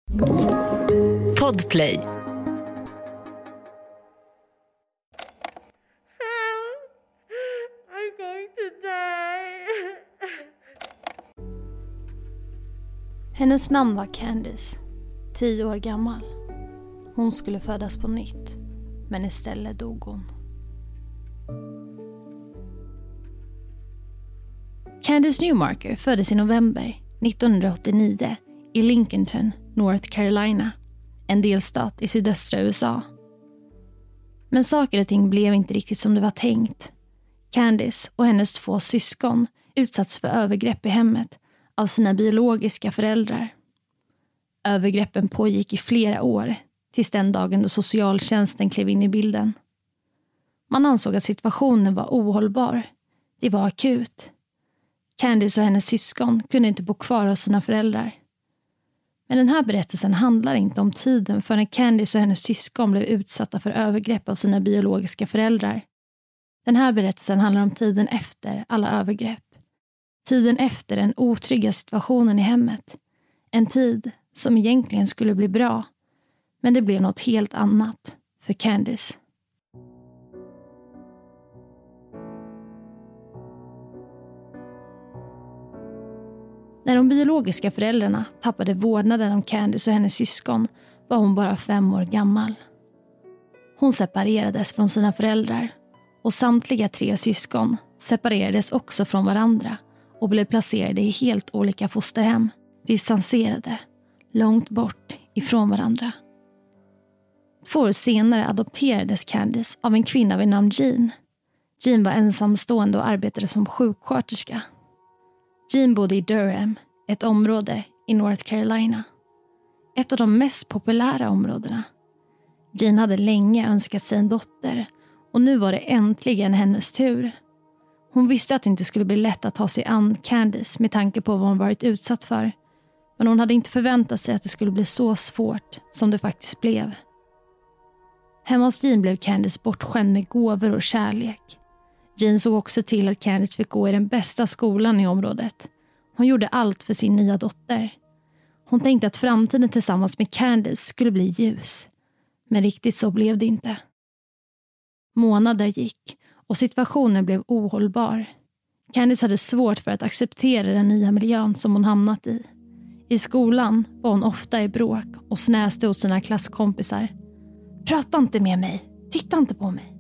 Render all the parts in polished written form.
Podplay. I'm going to die. Hennes namn var Candice, 10 år gammal. Hon skulle födas på nytt, men istället dog hon. Candice Newmarker föddes i november 1989 i Lincolnton, North Carolina, en delstat i sydöstra USA. Men saker och ting blev inte riktigt som det var tänkt. Candice och hennes 2 syskon utsatts för övergrepp i hemmet av sina biologiska föräldrar. Övergreppen pågick i flera år, tills den dagen då socialtjänsten klev in i bilden. Man ansåg att situationen var ohållbar. Det var akut. Candice och hennes syskon kunde inte bo kvar hos sina föräldrar. Men den här berättelsen handlar inte om tiden förrän Candice och hennes syskon blev utsatta för övergrepp av sina biologiska föräldrar. Den här berättelsen handlar om tiden efter alla övergrepp. Tiden efter den otrygga situationen i hemmet. En tid som egentligen skulle bli bra. Men det blev något helt annat för Candice. När de biologiska föräldrarna tappade vårdnaden om Candice och hennes syskon var hon bara 5 år gammal. Hon separerades från sina föräldrar och samtliga 3 syskon separerades också från varandra och blev placerade i helt olika fosterhem, distanserade, långt bort ifrån varandra. 2 år senare adopterades Candice av en kvinna vid namn Jean. Jean var ensamstående och arbetade som sjuksköterska. Jean bodde i Durham, ett område i North Carolina. Ett av de mest populära områdena. Jean hade länge önskat sig en dotter och nu var det äntligen hennes tur. Hon visste att det inte skulle bli lätt att ta sig an Candice med tanke på vad hon varit utsatt för. Men hon hade inte förväntat sig att det skulle bli så svårt som det faktiskt blev. Hemma hos Jean blev Candice bortskämd med gåvor och kärlek. Jean såg också till att Candice fick gå i den bästa skolan i området. Hon gjorde allt för sin nya dotter. Hon tänkte att framtiden tillsammans med Candice skulle bli ljus. Men riktigt så blev det inte. Månader gick och situationen blev ohållbar. Candice hade svårt för att acceptera den nya miljön som hon hamnat i. I skolan var hon ofta i bråk och snäste hos sina klasskompisar. Prata inte med mig, titta inte på mig.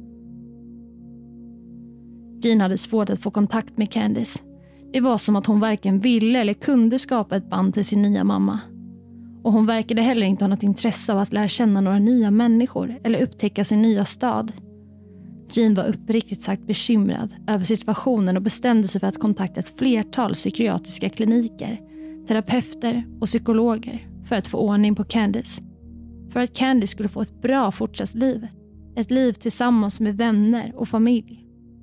Jean hade svårt att få kontakt med Candice. Det var som att hon varken ville eller kunde skapa ett band till sin nya mamma. Och hon verkade heller inte ha något intresse av att lära känna några nya människor eller upptäcka sin nya stad. Jean var uppriktigt sagt bekymrad över situationen och bestämde sig för att kontakta ett flertal psykiatriska kliniker, terapeuter och psykologer för att få ordning på Candice. För att Candice skulle få ett bra fortsatt liv. Ett liv tillsammans med vänner och familj.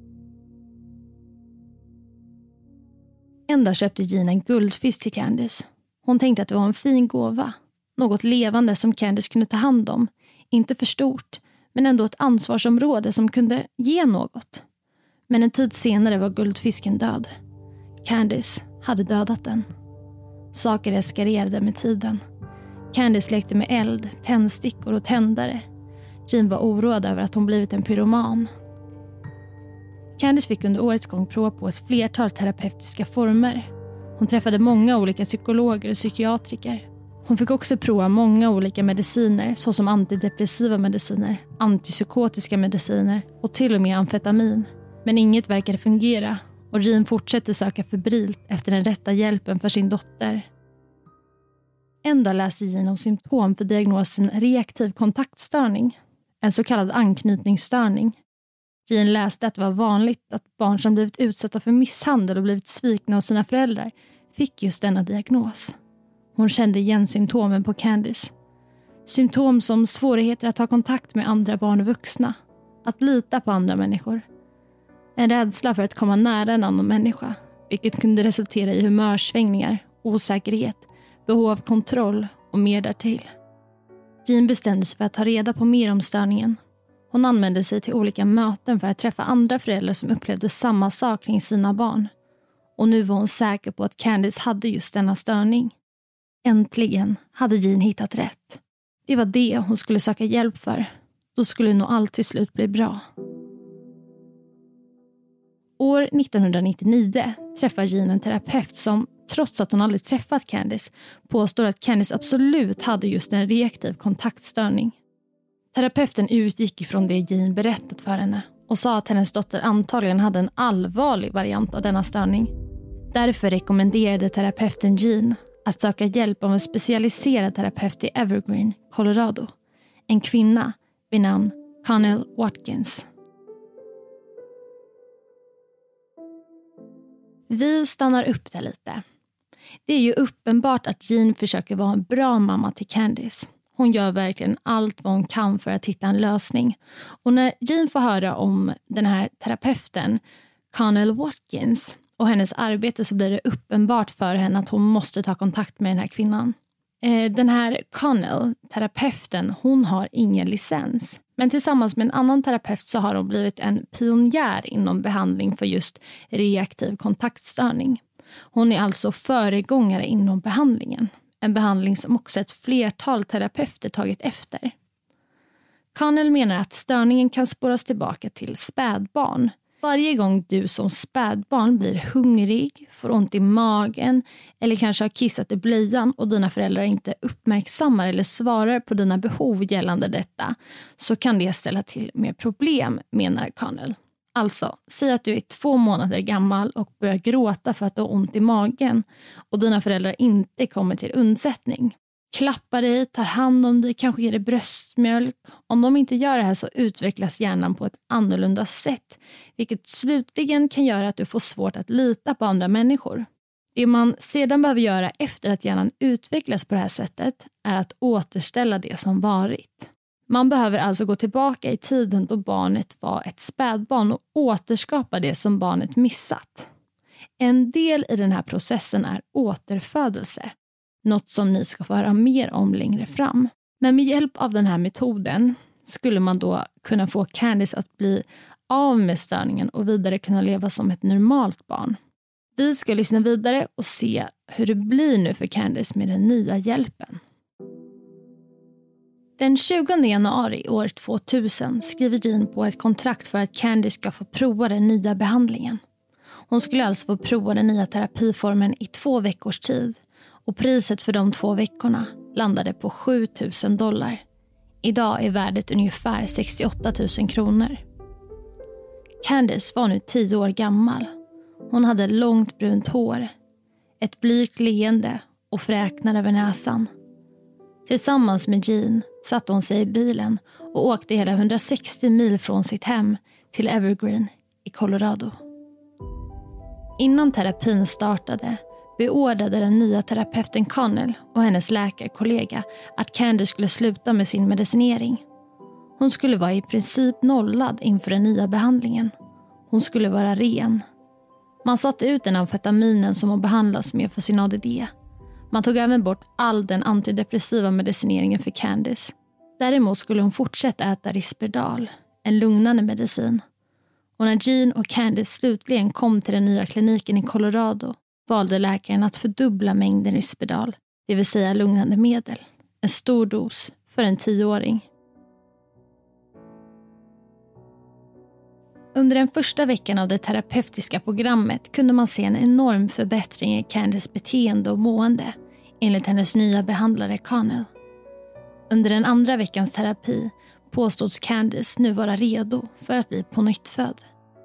En dag köpte Jean en guldfisk till Candice. Hon tänkte att det var en fin gåva. Något levande som Candice kunde ta hand om. Inte för stort, men ändå ett ansvarsområde som kunde ge något. Men en tid senare var guldfisken död. Candice hade dödat den. Saker eskalerade med tiden. Candice lekte med eld, tändstickor och tändare. Jean var oroad över att hon blivit en pyroman. Candice fick under årets gång prova på ett flertal terapeutiska former. Hon träffade många olika psykologer och psykiatriker. Hon fick också prova många olika mediciner såsom antidepressiva mediciner, antipsykotiska mediciner och till och med amfetamin. Men inget verkade fungera och Jean fortsatte söka febrilt efter den rätta hjälpen för sin dotter. En dag läste Jean om symptom för diagnosen reaktiv kontaktstörning, en så kallad anknytningsstörning. Jean läste att det var vanligt att barn som blivit utsatta för misshandel och blivit svikna av sina föräldrar fick just denna diagnos. Hon kände igen symptomen på Candice. Symptom som svårigheter att ha kontakt med andra barn och vuxna. Att lita på andra människor. En rädsla för att komma nära en annan människa, vilket kunde resultera i humörsvängningar, osäkerhet, behov av kontroll och mer därtill. Jean bestämde sig för att ta reda på mer om störningen. Hon använde sig till olika möten för att träffa andra föräldrar som upplevde samma sak kring sina barn. Och nu var hon säker på att Candice hade just denna störning. Äntligen hade Jean hittat rätt. Det var det hon skulle söka hjälp för. Då skulle nog allt till slut bli bra. År 1999 träffar Jean en terapeut som, trots att hon aldrig träffat Candice, påstår att Candice absolut hade just en reaktiv kontaktstörning. Terapeuten utgick ifrån det Jean berättat för henne och sa att hennes dotter antagligen hade en allvarlig variant av denna störning. Därför rekommenderade terapeuten Jean att söka hjälp av en specialiserad terapeut i Evergreen, Colorado. En kvinna vid namn Connell Watkins. Vi stannar upp där lite. Det är ju uppenbart att Jean försöker vara en bra mamma till Candice. Hon gör verkligen allt vad hon kan för att hitta en lösning. Och när Jean får höra om den här terapeuten, Connell Watkins, och hennes arbete, så blir det uppenbart för henne att hon måste ta kontakt med den här kvinnan. Den här Connell, terapeuten, hon har ingen licens. Men tillsammans med en annan terapeut så har hon blivit en pionjär inom behandling för just reaktiv kontaktstörning. Hon är alltså föregångare inom behandlingen. En behandling som också ett flertal terapeuter tagit efter. Connell menar att störningen kan spåras tillbaka till spädbarn. Varje gång du som spädbarn blir hungrig, får ont i magen eller kanske har kissat i blöjan och dina föräldrar inte uppmärksammar eller svarar på dina behov gällande detta, så kan det ställa till med problem, menar Connell. Alltså, säg att du är 2 månader gammal och börjar gråta för att du har ont i magen och dina föräldrar inte kommer till undsättning. Klappar dig, tar hand om dig, kanske ger dig bröstmjölk. Om de inte gör det här så utvecklas hjärnan på ett annorlunda sätt, vilket slutligen kan göra att du får svårt att lita på andra människor. Det man sedan behöver göra efter att hjärnan utvecklas på det här sättet är att återställa det som varit. Man behöver alltså gå tillbaka i tiden då barnet var ett spädbarn och återskapa det som barnet missat. En del i den här processen är återfödelse. Något som ni ska få höra mer om längre fram. Men med hjälp av den här metoden skulle man då kunna få Candice att bli av med störningen och vidare kunna leva som ett normalt barn. Vi ska lyssna vidare och se hur det blir nu för Candice med den nya hjälpen. Den 20 januari år 2000 skriver Jean på ett kontrakt för att Candice ska få prova den nya behandlingen. Hon skulle alltså få prova den nya terapiformen i 2 veckors tid. Och priset för de 2 veckorna landade på $7,000. Idag är värdet ungefär 68 000 kronor. Candice var nu 10 år gammal. Hon hade långt brunt hår, ett blygt leende och fräknar över näsan. Tillsammans med Jean satte hon sig i bilen och åkte hela 160 mil från sitt hem till Evergreen i Colorado. Innan terapin startade beordrade den nya terapeuten Connell och hennes läkarkollega att Candice skulle sluta med sin medicinering. Hon skulle vara i princip nollad inför den nya behandlingen. Hon skulle vara ren. Man satte ut den amfetaminen som hon behandlas med för sin ADD. Man tog även bort all den antidepressiva medicineringen för Candice. Däremot skulle hon fortsätta äta Risperdal, en lugnande medicin. Och när Jean och Candice slutligen kom till den nya kliniken i Colorado valde läkaren att fördubbla mängden Risperdal, det vill säga lugnande medel. En stor dos för en 10-åring. Under den första veckan av det terapeutiska programmet kunde man se en enorm förbättring i Candice beteende och mående, enligt hennes nya behandlare Connell. Under den andra veckans terapi påstods Candice nu vara redo för att bli pånyttfödd.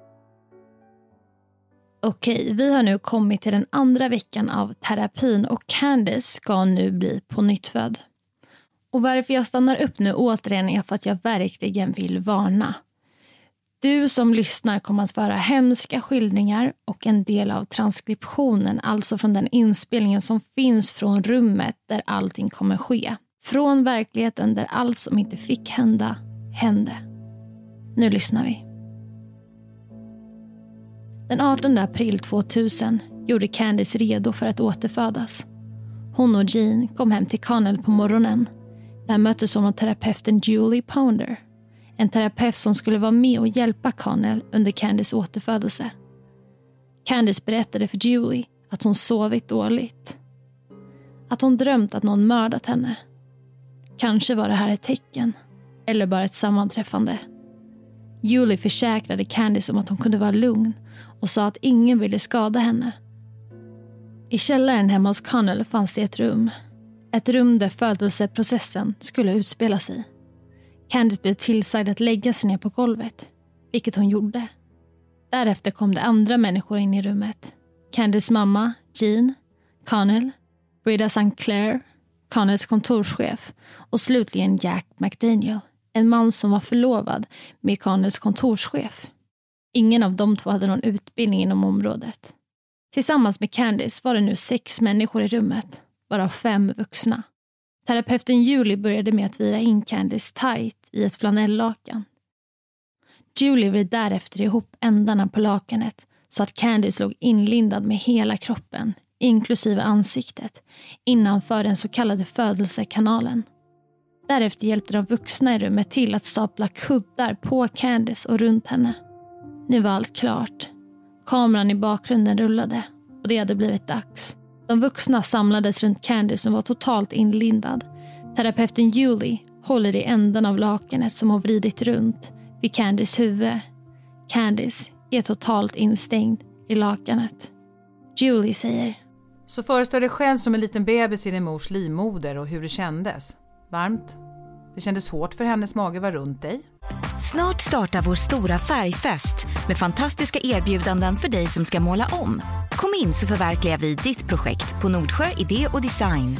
Okej, vi har nu kommit till den andra veckan av terapin och Candice ska nu bli pånyttfödd. Och varför jag stannar upp nu återigen är för att jag verkligen vill varna. Du som lyssnar kommer att få höra hemska skildringar och en del av transkriptionen, alltså från den inspelningen som finns från rummet där allting kommer ske. Från verkligheten där allt som inte fick hända, hände. Nu lyssnar vi. Den 18 april 2000 gjorde Candice redo för att återfödas. Hon och Jean kom hem till Connell på morgonen. Där möttes hon av terapeuten Julie Pounder. En terapeut som skulle vara med och hjälpa Connell under Candice återfödelse. Candice berättade för Julie att hon sovit dåligt. Att hon drömt att någon mördat henne. Kanske var det här ett tecken. Eller bara ett sammanträffande. Julie försäkrade Candice om att hon kunde vara lugn och sa att ingen ville skada henne. I källaren hemma hos Connell fanns det ett rum. Ett rum där födelseprocessen skulle utspela sig. Candice blev tillsagd att lägga sig ner på golvet, vilket hon gjorde. Därefter kom det andra människor in i rummet. Candice mamma, Jean, Connell, Brida St. Clair, Connells kontorschef och slutligen Jack McDaniel, en man som var förlovad med Connells kontorschef. Ingen av de två hade någon utbildning inom området. Tillsammans med Candice var det nu 6 människor i rummet, varav 5 vuxna. Terapeuten Julie började med att vira in Candice tight i ett flanelllakan. Julie vred därefter ihop ändarna på lakanet så att Candice låg inlindad med hela kroppen, inklusive ansiktet, innanför den så kallade födelsekanalen. Därefter hjälpte de vuxna i rummet till att stapla kuddar på Candice och runt henne. Nu var allt klart. Kameran i bakgrunden rullade och det hade blivit dags. De vuxna samlades runt Candice som var totalt inlindad. Terapeuten Julie håller i änden av lakanet som har vridit runt vid Candice huvud. Candice är totalt instängd i lakanet. Julie säger: Så föreställ dig själv som en liten bebis i din mors livmoder och hur det kändes. Varmt. Det kändes hårt för hennes mage var runt dig. Snart startar vår stora färgfest med fantastiska erbjudanden för dig som ska måla om. Kom in så förverkligar vi ditt projekt på Nordsjö Idé och Design.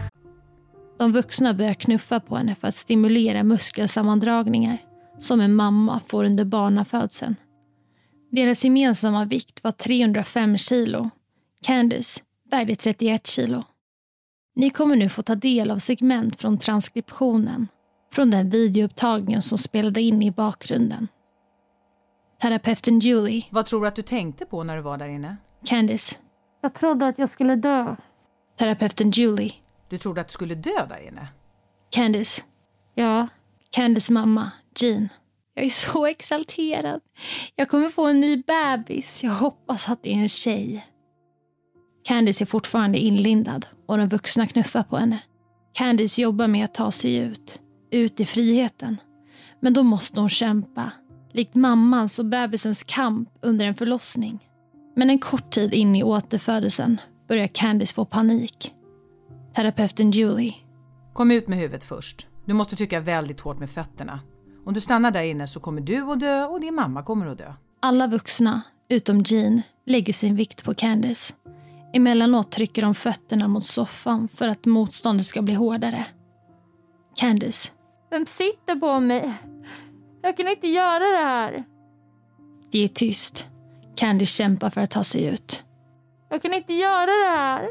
De vuxna börjar knuffa på henne för att stimulera muskelsammandragningar som en mamma får under barnafödseln. Deras gemensamma vikt var 305 kilo. Candice vägde 31 kilo. Ni kommer nu få ta del av segment från transkriptionen från den videoupptagningen som spelade in i bakgrunden. Terapeuten Julie: Vad tror du att du tänkte på när du var där inne? Candice: Jag trodde att jag skulle dö. Terapeuten Julie: Du trodde att du skulle dö där inne? Candice: Ja. Candice mamma, Jean: Jag är så exalterad. Jag kommer få en ny bebis. Jag hoppas att det är en tjej. Candice är fortfarande inlindad och de vuxna knuffar på henne. Candice jobbar med att ta sig ut i friheten. Men då måste hon kämpa, likt mammans och bebisens kamp under en förlossning. Men en kort tid in i återfödelsen börjar Candice få panik. Terapeuten Julie: Kom ut med huvudet först. Du måste trycka väldigt hårt med fötterna. Om du stannar där inne så kommer du att dö och din mamma kommer att dö. Alla vuxna, utom Jean, lägger sin vikt på Candice. Emellanåt trycker de fötterna mot soffan för att motståndet ska bli hårdare. Candice: Vem sitter på mig? Jag kan inte göra det här. Det är tyst. Candice kämpar för att ta sig ut. Jag kan inte göra det här.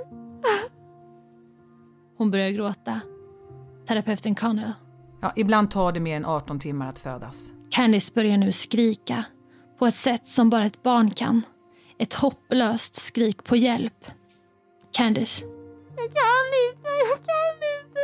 Hon börjar gråta. Terapeuten Connell: Ja, ibland tar det mer än 18 timmar att födas. Candice börjar nu skrika på ett sätt som bara ett barn kan. Ett hopplöst skrik på hjälp. Candice: Jag kan inte. Jag kan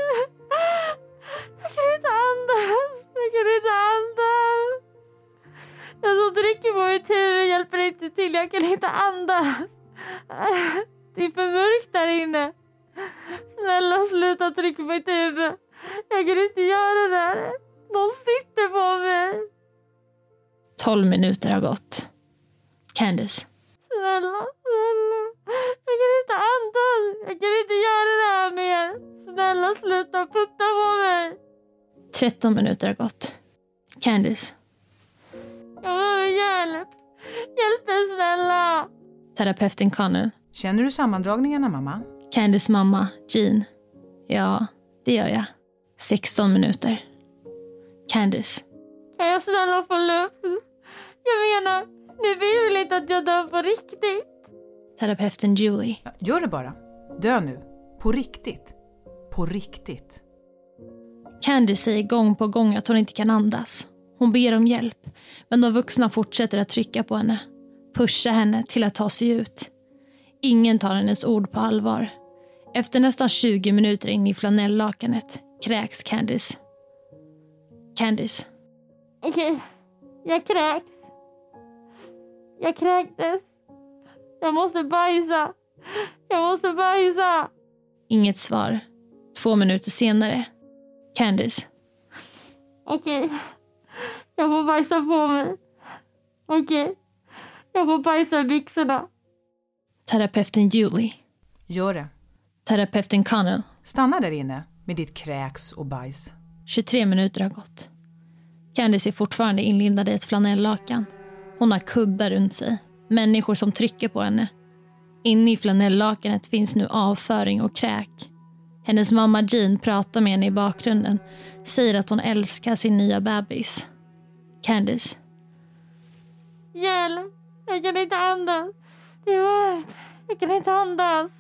inte andas. Jag kan inte andas. Den som trycker på mitt huvud hjälper inte till. Jag kan inte andas. Det är för mörkt där inne. Snälla sluta trycka på mitt huvud. Jag kan inte göra det här. De sitter på mig. 12 minuter har gått. Candice: Snälla. Jag kan inte andas. Jag kan inte göra det här mer. Snälla sluta putta på mig. 13 minuter har gått. Candice: Jag behöver hjälp. Hjälp mig snälla. Terapeuten Connell: Känner du sammandragningarna, mamma? Candice mamma, Jean: Ja, det gör jag. 16 minuter. Candice: Kan jag snälla få luft? Jag menar, ni vill väl inte att jag dör på riktigt? Terapeuten Julie: Ja, gör det bara. Dö nu. På riktigt. På riktigt. Candice säger gång på gång att hon inte kan andas. Hon ber om hjälp, men de vuxna fortsätter att trycka på henne. Pusha henne till att ta sig ut. Ingen tar hennes ord på allvar. Efter nästan 20 minuter in i flanelllakanet kräks Candice. Candice: Okej, jag kräks. Jag kräktes. Jag måste bajsa. Inget svar. 2 minuter senare. Candice. Okej. Jag får bajsa på mig. Okej. Jag får bajsa i byxorna. Terapeuten Julie. Gör det. Terapeuten Connell. Stanna där inne med ditt kräks och bajs. 23 minuter har gått. Candice är fortfarande inlindad i ett flanelllakan. Hon har kuddar runt sig. Människor som trycker på henne. Inne i flanelllakanet finns nu avföring och kräk. Hennes mamma Jean pratar med henne i bakgrunden. Säger att hon älskar sin nya bebis. Candice. Hjälp. Jag kan inte andas. Det är varmt. Jag kan inte andas.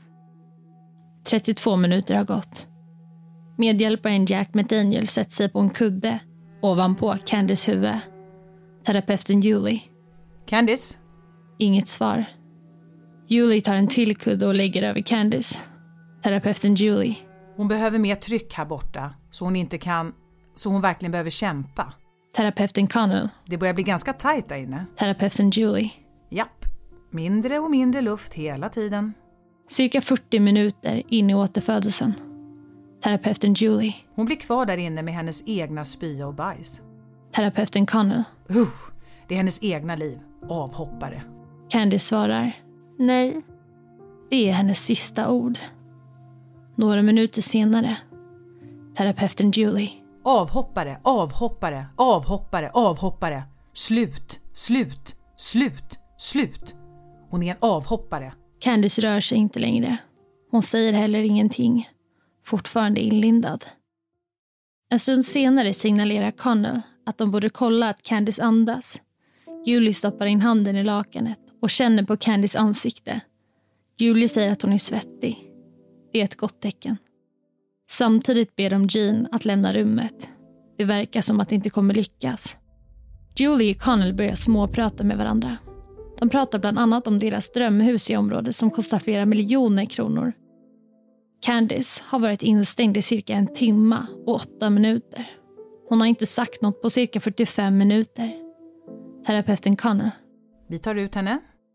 32 minuter har gått. Medhjälparen Jack McDaniel sätter sig på en kudde ovanpå Candice huvud. Terapeuten Julie. Candice? Inget svar. Julie tar en till kudde och lägger över Candice. Terapeuten Julie. Hon behöver mer tryck här borta så hon verkligen behöver kämpa. Terapeuten Connell. Det börjar bli ganska tajt där inne. Terapeuten Julie. Japp. Mindre och mindre luft hela tiden. Cirka 40 minuter in i återfödelsen. Terapeuten Julie. Hon blir kvar där inne med hennes egna spya och bajs. Terapeuten Connell. Det är hennes egna liv. Avhoppare. Candice svarar. Nej. Det är hennes sista ord. Några minuter senare. Terapeuten Julie. Avhoppare, avhoppare, avhoppare, avhoppare. Slut, slut, slut, slut. Hon är en avhoppare. Candice rör sig inte längre. Hon säger heller ingenting. Fortfarande inlindad. En stund senare signalerar Connell att de borde kolla att Candice andas. Julie stoppar in handen i lakanet och känner på Candice ansikte. Julie säger att hon är svettig. Det är ett gott tecken. Samtidigt ber de Jean att lämna rummet. Det verkar som att det inte kommer lyckas. Julie och Connell börjar småprata med varandra. De pratar bland annat om deras drömhus i området som kostar flera miljoner kronor. Candice har varit instängd i cirka 1 timme och 8 minuter. Hon har inte sagt något på cirka 45 minuter. Terapeuten Connell. Vi tar ut henne.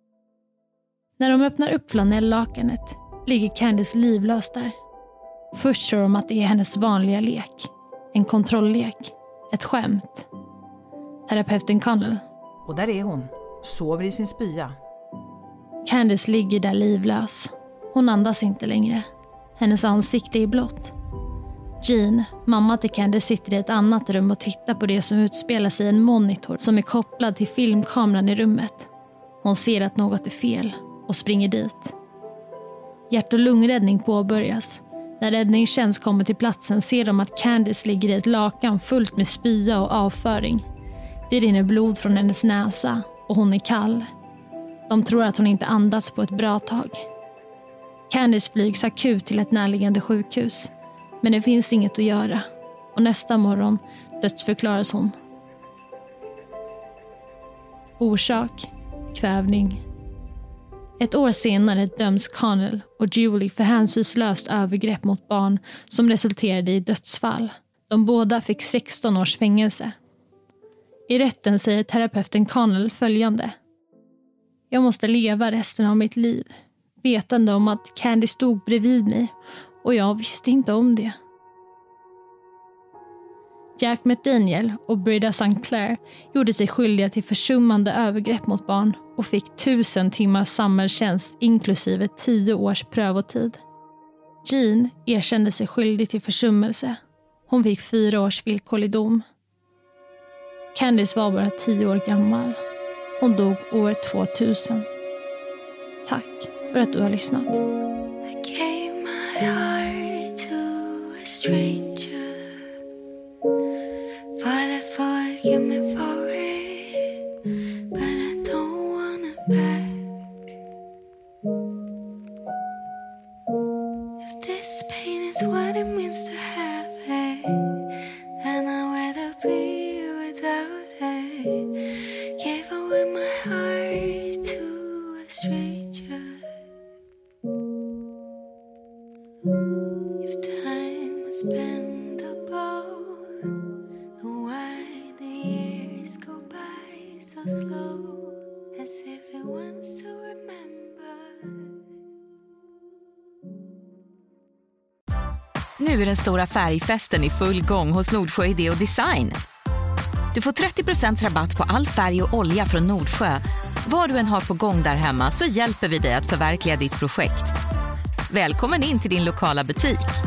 När de öppnar upp flanelllakanet ligger Candice livlös där. Först tror de att det är hennes vanliga lek. En kontrolllek. Ett skämt. Terapeuten Connell. Och där är hon. Sover i sin spya. Candice ligger där livlös. Hon andas inte längre. Hennes ansikte är blått. Jean, mamma till Candice, sitter i ett annat rum och tittar på det som utspelar sig i en monitor som är kopplad till filmkameran i rummet. Hon ser att något är fel och springer dit. Hjärt- och lungräddning påbörjas. När räddningstjänst kommer till platsen ser de att Candice ligger i ett lakan fullt med spya och avföring. Det rinner blod från hennes näsa och hon är kall. De tror att hon inte andats på ett bra tag. Candice flygs akut till ett närliggande sjukhus. Men det finns inget att göra. Och nästa morgon dödsförklaras hon. Orsak: kvävning. 1 år senare döms Connell och Julie för hänsynslöst övergrepp mot barn som resulterade i dödsfall. De båda fick 16 års fängelse. I rätten säger terapeuten Connell följande. Jag måste leva resten av mitt liv, vetande om att Candice stod bredvid mig och jag visste inte om det. Jack McDaniel och Brida St. Clair gjorde sig skyldiga till försummande övergrepp mot barn och fick 1000 timmars samhällstjänst inklusive 10 års prövotid. Jean erkände sig skyldig till försummelse. Hon fick 4 års villkorlig dom. Candice var bara 10 år gammal. Hon dog år 2000. Tack för att du har lyssnat. I gave my heart to a stranger. Father, forgive me for it, but I don't want it back. If this pain is what it means to have it, then I'd rather be without it. Gave away my heart to a stranger. If time has been the ball, why the years Nu är den stora färgfesten i full gång hos Nordsjö Idé och Design. Du får 30% rabatt på all färg och olja från Nordsjö. Vad du än har på gång där hemma så hjälper vi dig att förverkliga ditt projekt. Välkommen in till din lokala butik.